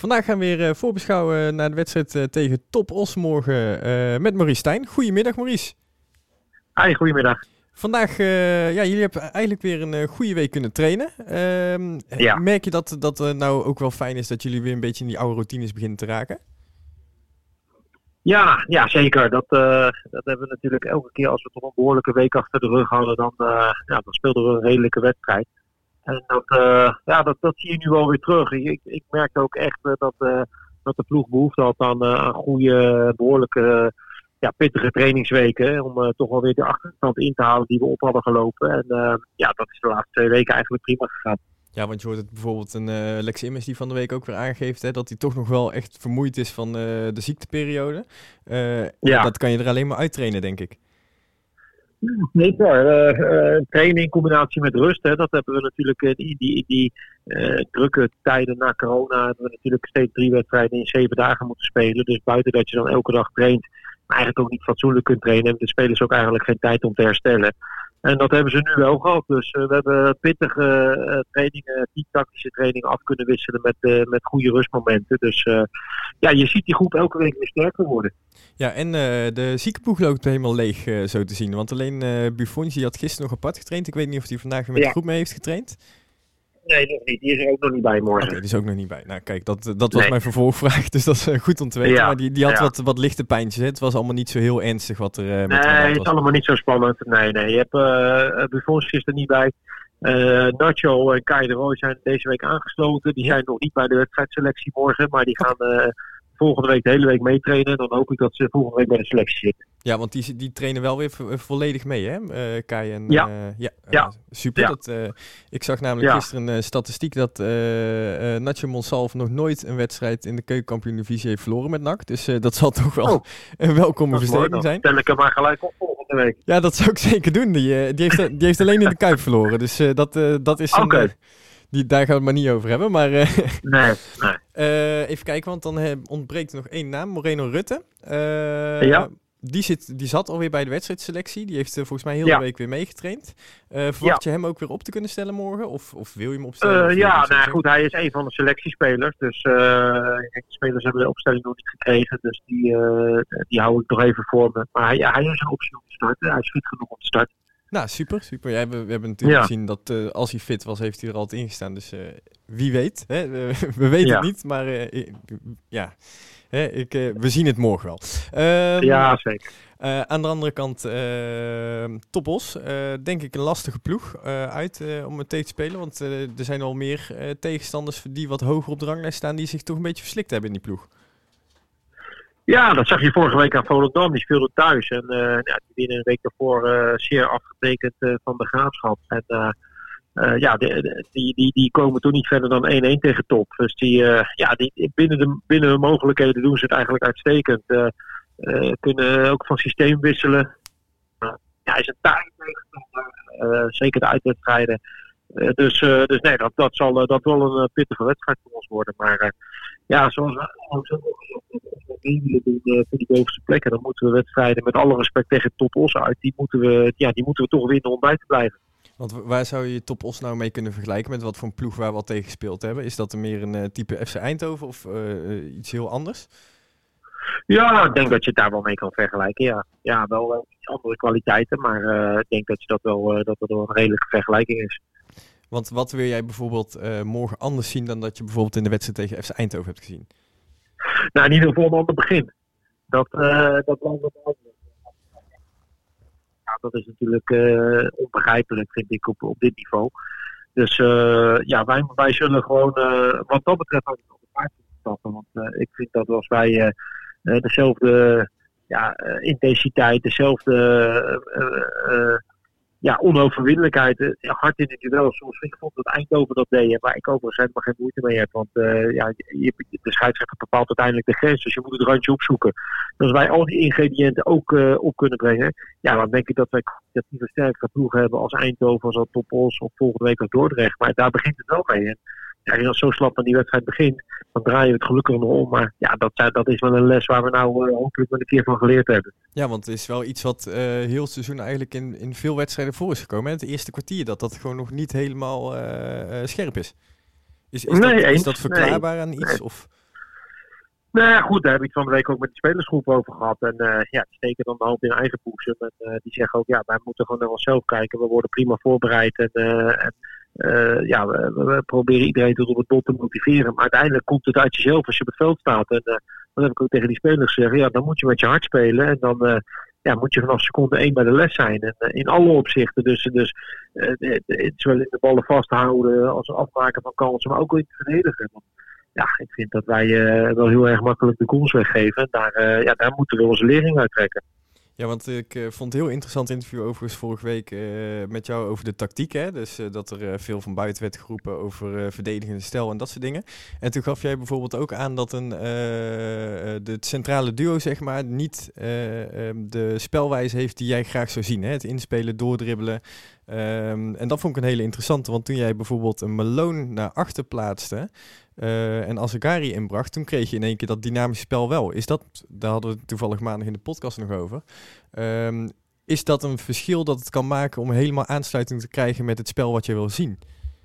Vandaag gaan we weer voorbeschouwen naar de wedstrijd tegen Top Os morgen met Maurice Stijn. Goedemiddag Maurice. Hi, goedemiddag. Vandaag, jullie hebben eigenlijk weer een goede week kunnen trainen. Merk je dat het nou ook wel fijn is dat jullie weer een beetje in die oude routines beginnen te raken? Ja, zeker. Dat hebben we natuurlijk elke keer als we toch een behoorlijke week achter de rug hadden, dan speelden we een redelijke wedstrijd. En dat zie je nu wel weer terug. Ik merkte ook echt dat de ploeg behoefte had aan goede, behoorlijke, pittige trainingsweken. Om toch wel weer de achterstand in te halen die we op hadden gelopen. En dat is de laatste 2 weken eigenlijk prima gegaan. Ja, want je hoort het bijvoorbeeld een Lex Immers die van de week ook weer aangeeft, hè, dat hij toch nog wel echt vermoeid is van de ziekteperiode. Dat kan je er alleen maar uittrainen, denk ik. Nee, trainen in combinatie met rust. Hè, dat hebben we natuurlijk in die drukke tijden na corona. Hebben we natuurlijk steeds 3 wedstrijden in 7 dagen moeten spelen. Dus buiten dat je dan elke dag traint, maar eigenlijk ook niet fatsoenlijk kunt trainen, hebben de spelers ook eigenlijk geen tijd om te herstellen. En dat hebben ze nu wel gehad. Dus we hebben pittige trainingen, tactische trainingen af kunnen wisselen met goede rustmomenten. Dus je ziet die groep elke week weer sterker worden. Ja, en de ziekenploeg loopt helemaal leeg zo te zien. Want alleen Buffons, die had gisteren nog apart getraind. Ik weet niet of hij vandaag weer met de groep mee heeft getraind. Nee, nog niet. Die is er ook nog niet bij morgen. Oké, die is ook nog niet bij. Nou kijk, dat was mijn vervolgvraag. Dus dat is goed om te weten. Ja, maar die had wat lichte pijntjes. Hè? Het was allemaal niet zo heel ernstig wat er met hem was. Het is allemaal niet zo spannend. Nee. Je hebt Buffons is er niet bij. Nacho en Kai de Roy zijn deze week aangesloten. Die zijn nog niet bij de wedstrijdselectie morgen. Maar die gaan volgende week de hele week meetrainen. Dan hoop ik dat ze volgende week bij de selectie zitten. Ja, want die trainen wel weer volledig mee, hè? Kai en... super. Ja. Ik zag namelijk gisteren een statistiek dat Nacho Monsalve nog nooit een wedstrijd in de keukenkampioen-divisie heeft verloren met NAC. Dus dat zal toch wel een welkome versterking zijn. Stel ik hem maar gelijk op volgende week. Ja, dat zou ik zeker doen. Die heeft alleen in de Kuip verloren. Dus dat is een... Daar gaan we het maar niet over hebben, maar... Nee. Even kijken, want dan ontbreekt er nog 1 naam. Moreno Rutte. Die zat alweer bij de wedstrijdselectie. Die heeft volgens mij heel de week weer meegetraind. Verwacht je hem ook weer op te kunnen stellen morgen? Of wil je hem opstellen? Goed. Hij is een van de selectiespelers. Dus de spelers hebben de opstelling nog niet gekregen. Dus die hou ik nog even voor me. Maar hij is een optie om te starten. Hij is fit genoeg om te starten. Nou, super. Ja, we hebben natuurlijk gezien dat als hij fit was, heeft hij er altijd in gestaan. Dus wie weet. Hè? We weten het niet, maar we zien het morgen wel. Ja, zeker. Aan de andere kant, Top Os. Denk ik een lastige ploeg om het tegen te spelen. Want er zijn al meer tegenstanders die wat hoger op de ranglijst staan, die zich toch een beetje verslikt hebben in die ploeg. Ja, dat zag je vorige week aan Volendam. Die speelde thuis. En die winnen een week daarvoor zeer afgetekend van de Graafschap. En die komen toen niet verder dan 1-1 tegen Top. Dus die binnen de mogelijkheden doen ze het eigenlijk uitstekend. Kunnen ook van systeem wisselen. Is een taak tegenstander. Zeker de uitwedstrijden. Dus dat zal wel een pittige wedstrijd voor ons worden. Maar zoals we willen doen voor die bovenste plekken, dan moeten we wedstrijden met alle respect tegen Top Os uit. Die moeten we toch winnen om bij te blijven. Want waar zou je Top Os nou mee kunnen vergelijken? Met wat voor een ploeg waar we al tegen gespeeld hebben? Is dat meer een type FC Eindhoven of iets heel anders? Ja, ik denk dat je het daar wel mee kan vergelijken. Ja, wel iets andere kwaliteiten, maar ik denk dat dat wel een redelijke vergelijking is. Want wat wil jij bijvoorbeeld morgen anders zien dan dat je bijvoorbeeld in de wedstrijd tegen FC Eindhoven hebt gezien? Nou, in ieder geval een ander begin. Dat is natuurlijk onbegrijpelijk, vind ik, op dit niveau. Dus wij zullen gewoon wat dat betreft ook op de paard stappen. Want ik vind dat als wij dezelfde intensiteit, dezelfde onoverwinnelijkheid, hard in het duel, zoals ik vond dat Eindhoven dat deed, waar ik overigens helemaal geen moeite mee heb. Want de scheidsrechter bepaalt uiteindelijk de grens, dus je moet het randje opzoeken. Dus als wij al die ingrediënten ook op kunnen brengen, dan denk ik dat wij kwalitatieve sterkere ploegen hebben als Eindhoven, als Top Os of volgende week als Dordrecht. Maar daar begint het wel mee. En als zo slap aan die wedstrijd begint, dan draai je het gelukkig nog om. Maar dat is wel een les waar we nou hopelijk wel een keer van geleerd hebben. Ja, want het is wel iets wat heel het seizoen eigenlijk in veel wedstrijden voor is gekomen. Het eerste kwartier dat gewoon nog niet helemaal scherp is. Is dat verklaarbaar aan iets? Of? Nou ja, goed, daar heb ik het van de week ook met de spelersgroep over gehad. En die steken dan de hand in eigen boezem. En die zeggen ook, wij moeten gewoon naar onszelf kijken. We worden prima voorbereid. We proberen iedereen tot op het bot te motiveren. Maar uiteindelijk komt het uit jezelf als je op het veld staat. En dan heb ik ook tegen die spelers gezegd, dan moet je met je hart spelen. En dan moet je vanaf seconde 1 bij de les zijn. En in alle opzichten. Dus zowel in de ballen vasthouden als afmaken van kansen, maar ook in het verdedigen. Ja, ik vind dat wij wel heel erg makkelijk de goals weggeven. En daar moeten we onze lering uit trekken. Ja, want ik vond het een heel interessant interview overigens vorige week met jou over de tactiek. Hè? Dus dat er veel van buiten werd geroepen over verdedigende stijl en dat soort dingen. En toen gaf jij bijvoorbeeld ook aan dat de centrale duo, zeg maar, niet de spelwijze heeft die jij graag zou zien. Hè? Het inspelen, doordribbelen. En dat vond ik een hele interessante, want toen jij bijvoorbeeld een Malone naar achter plaatste en Azegari inbracht, toen kreeg je in één keer dat dynamische spel wel. Daar hadden we het toevallig maandag in de podcast nog over. Is dat een verschil dat het kan maken om helemaal aansluiting te krijgen met het spel wat je wil zien?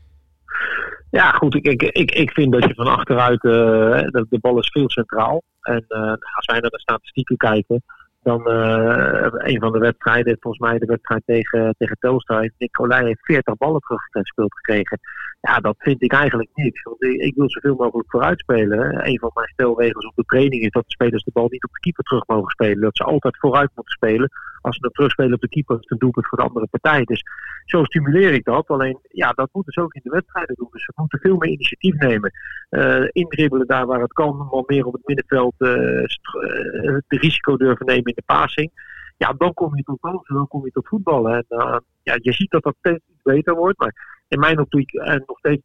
Ja, goed. Ik vind dat je van achteruit, de bal is veel centraal. En als wij naar de statistieken kijken, dan een van de wedstrijden, volgens mij de wedstrijd tegen Telstar, heeft Nicolai heeft 40 ballen teruggespeeld gekregen. Ja, dat vind ik eigenlijk niks. Want ik wil zoveel mogelijk vooruit spelen. Een van mijn stelregels op de training is dat de spelers de bal niet op de keeper terug mogen spelen. Dat ze altijd vooruit moeten spelen. Als ze dan terugspelen op de keeper, is het een doelpunt voor de andere partij. Dus zo stimuleer ik dat. Alleen, dat moeten ze ook in de wedstrijden doen. Dus we moeten veel meer initiatief nemen. Indribbelen daar waar het kan. Maar meer op het middenveld het risico durven nemen in de passing. Ja, dan kom je tot kansen. Dan kom je tot voetballen. En je ziet dat steeds iets beter wordt. Maar in mijn optiek nog steeds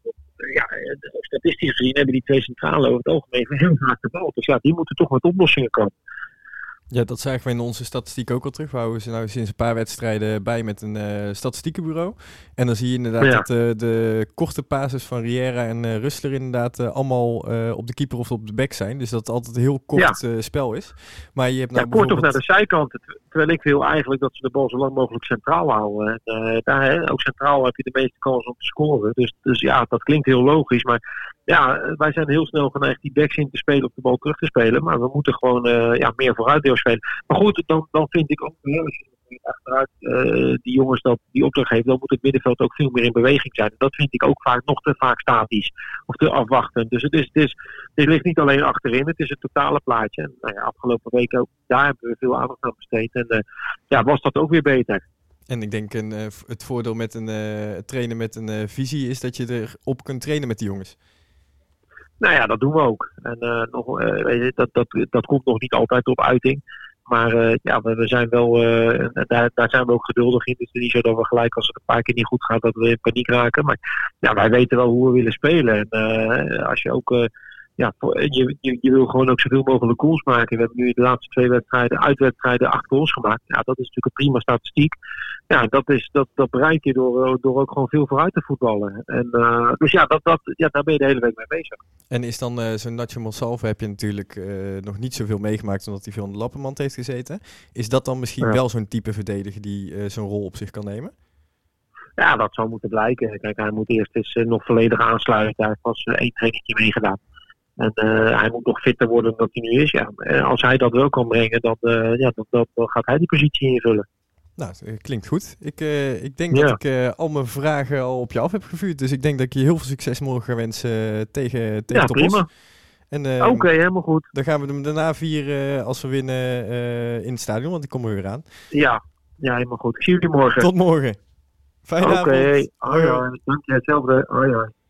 statistisch gezien hebben die twee centralen over het algemeen heel vaak de bal. Dus die moeten toch met oplossingen komen. Ja, dat zagen we in onze statistiek ook al terug. We houden ze nou sinds een paar wedstrijden bij met een statistiekenbureau. En dan zie je inderdaad dat de korte passes van Riera en Rustler inderdaad allemaal op de keeper of op de back zijn. Dus dat het altijd een heel kort spel is. Maar je hebt nou kort of naar de zijkant. Terwijl ik wil eigenlijk dat ze de bal zo lang mogelijk centraal houden. En daar ook centraal heb je de meeste kans om te scoren. Dus dat klinkt heel logisch. Maar wij zijn heel snel geneigd die backs in te spelen of de bal terug te spelen. Maar we moeten gewoon meer vooruit spelen. Maar goed, dan vind ik ook als je achteruit die jongens die opdracht geven, dan moet het middenveld ook veel meer in beweging zijn. En dat vind ik ook vaak nog te vaak statisch of te afwachtend. Dus het ligt niet alleen achterin, het is het totale plaatje. En afgelopen weken ook daar hebben we veel aandacht aan besteed. En was dat ook weer beter. En ik denk het voordeel met een trainen met een visie is dat je erop kunt trainen met die jongens. Nou ja, dat doen we ook. En dat komt nog niet altijd op uiting. Maar we zijn wel, daar zijn we ook geduldig in. Het is niet zo dat we gelijk als het een paar keer niet goed gaat, dat we in paniek raken. Maar wij weten wel hoe we willen spelen. En als je ook, je wil gewoon ook zoveel mogelijk goals maken. We hebben nu in de laatste 2 uitwedstrijden 8 goals gemaakt. Ja, dat is natuurlijk een prima statistiek. Ja, dat bereik je door ook gewoon veel vooruit te voetballen. En daar ben je de hele week mee bezig. En is dan zo'n Nacho Monsalve heb je natuurlijk nog niet zoveel meegemaakt omdat hij veel aan de lappenmand heeft gezeten. Is dat dan misschien wel zo'n type verdediger die zo'n rol op zich kan nemen? Ja, dat zou moeten blijken. Kijk, hij moet eerst eens nog volledig aansluiten. Hij heeft pas 1 trainingje meegedaan. En hij moet nog fitter worden dan hij nu is. Ja. Als hij dat wel kan brengen, dan gaat hij die positie invullen. Nou, klinkt goed. Ik denk dat ik al mijn vragen al op je af heb gevuurd. Dus ik denk dat ik je heel veel succes morgen ga wensen tegen Top Os. Prima. Oké, helemaal goed. Dan gaan we hem daarna vieren als we winnen in het stadion, want ik kom er weer aan. Ja, helemaal goed. Ik zie jullie morgen. Tot morgen. Fijne avond. Oké, hoi. Dank je, hetzelfde. Hoi.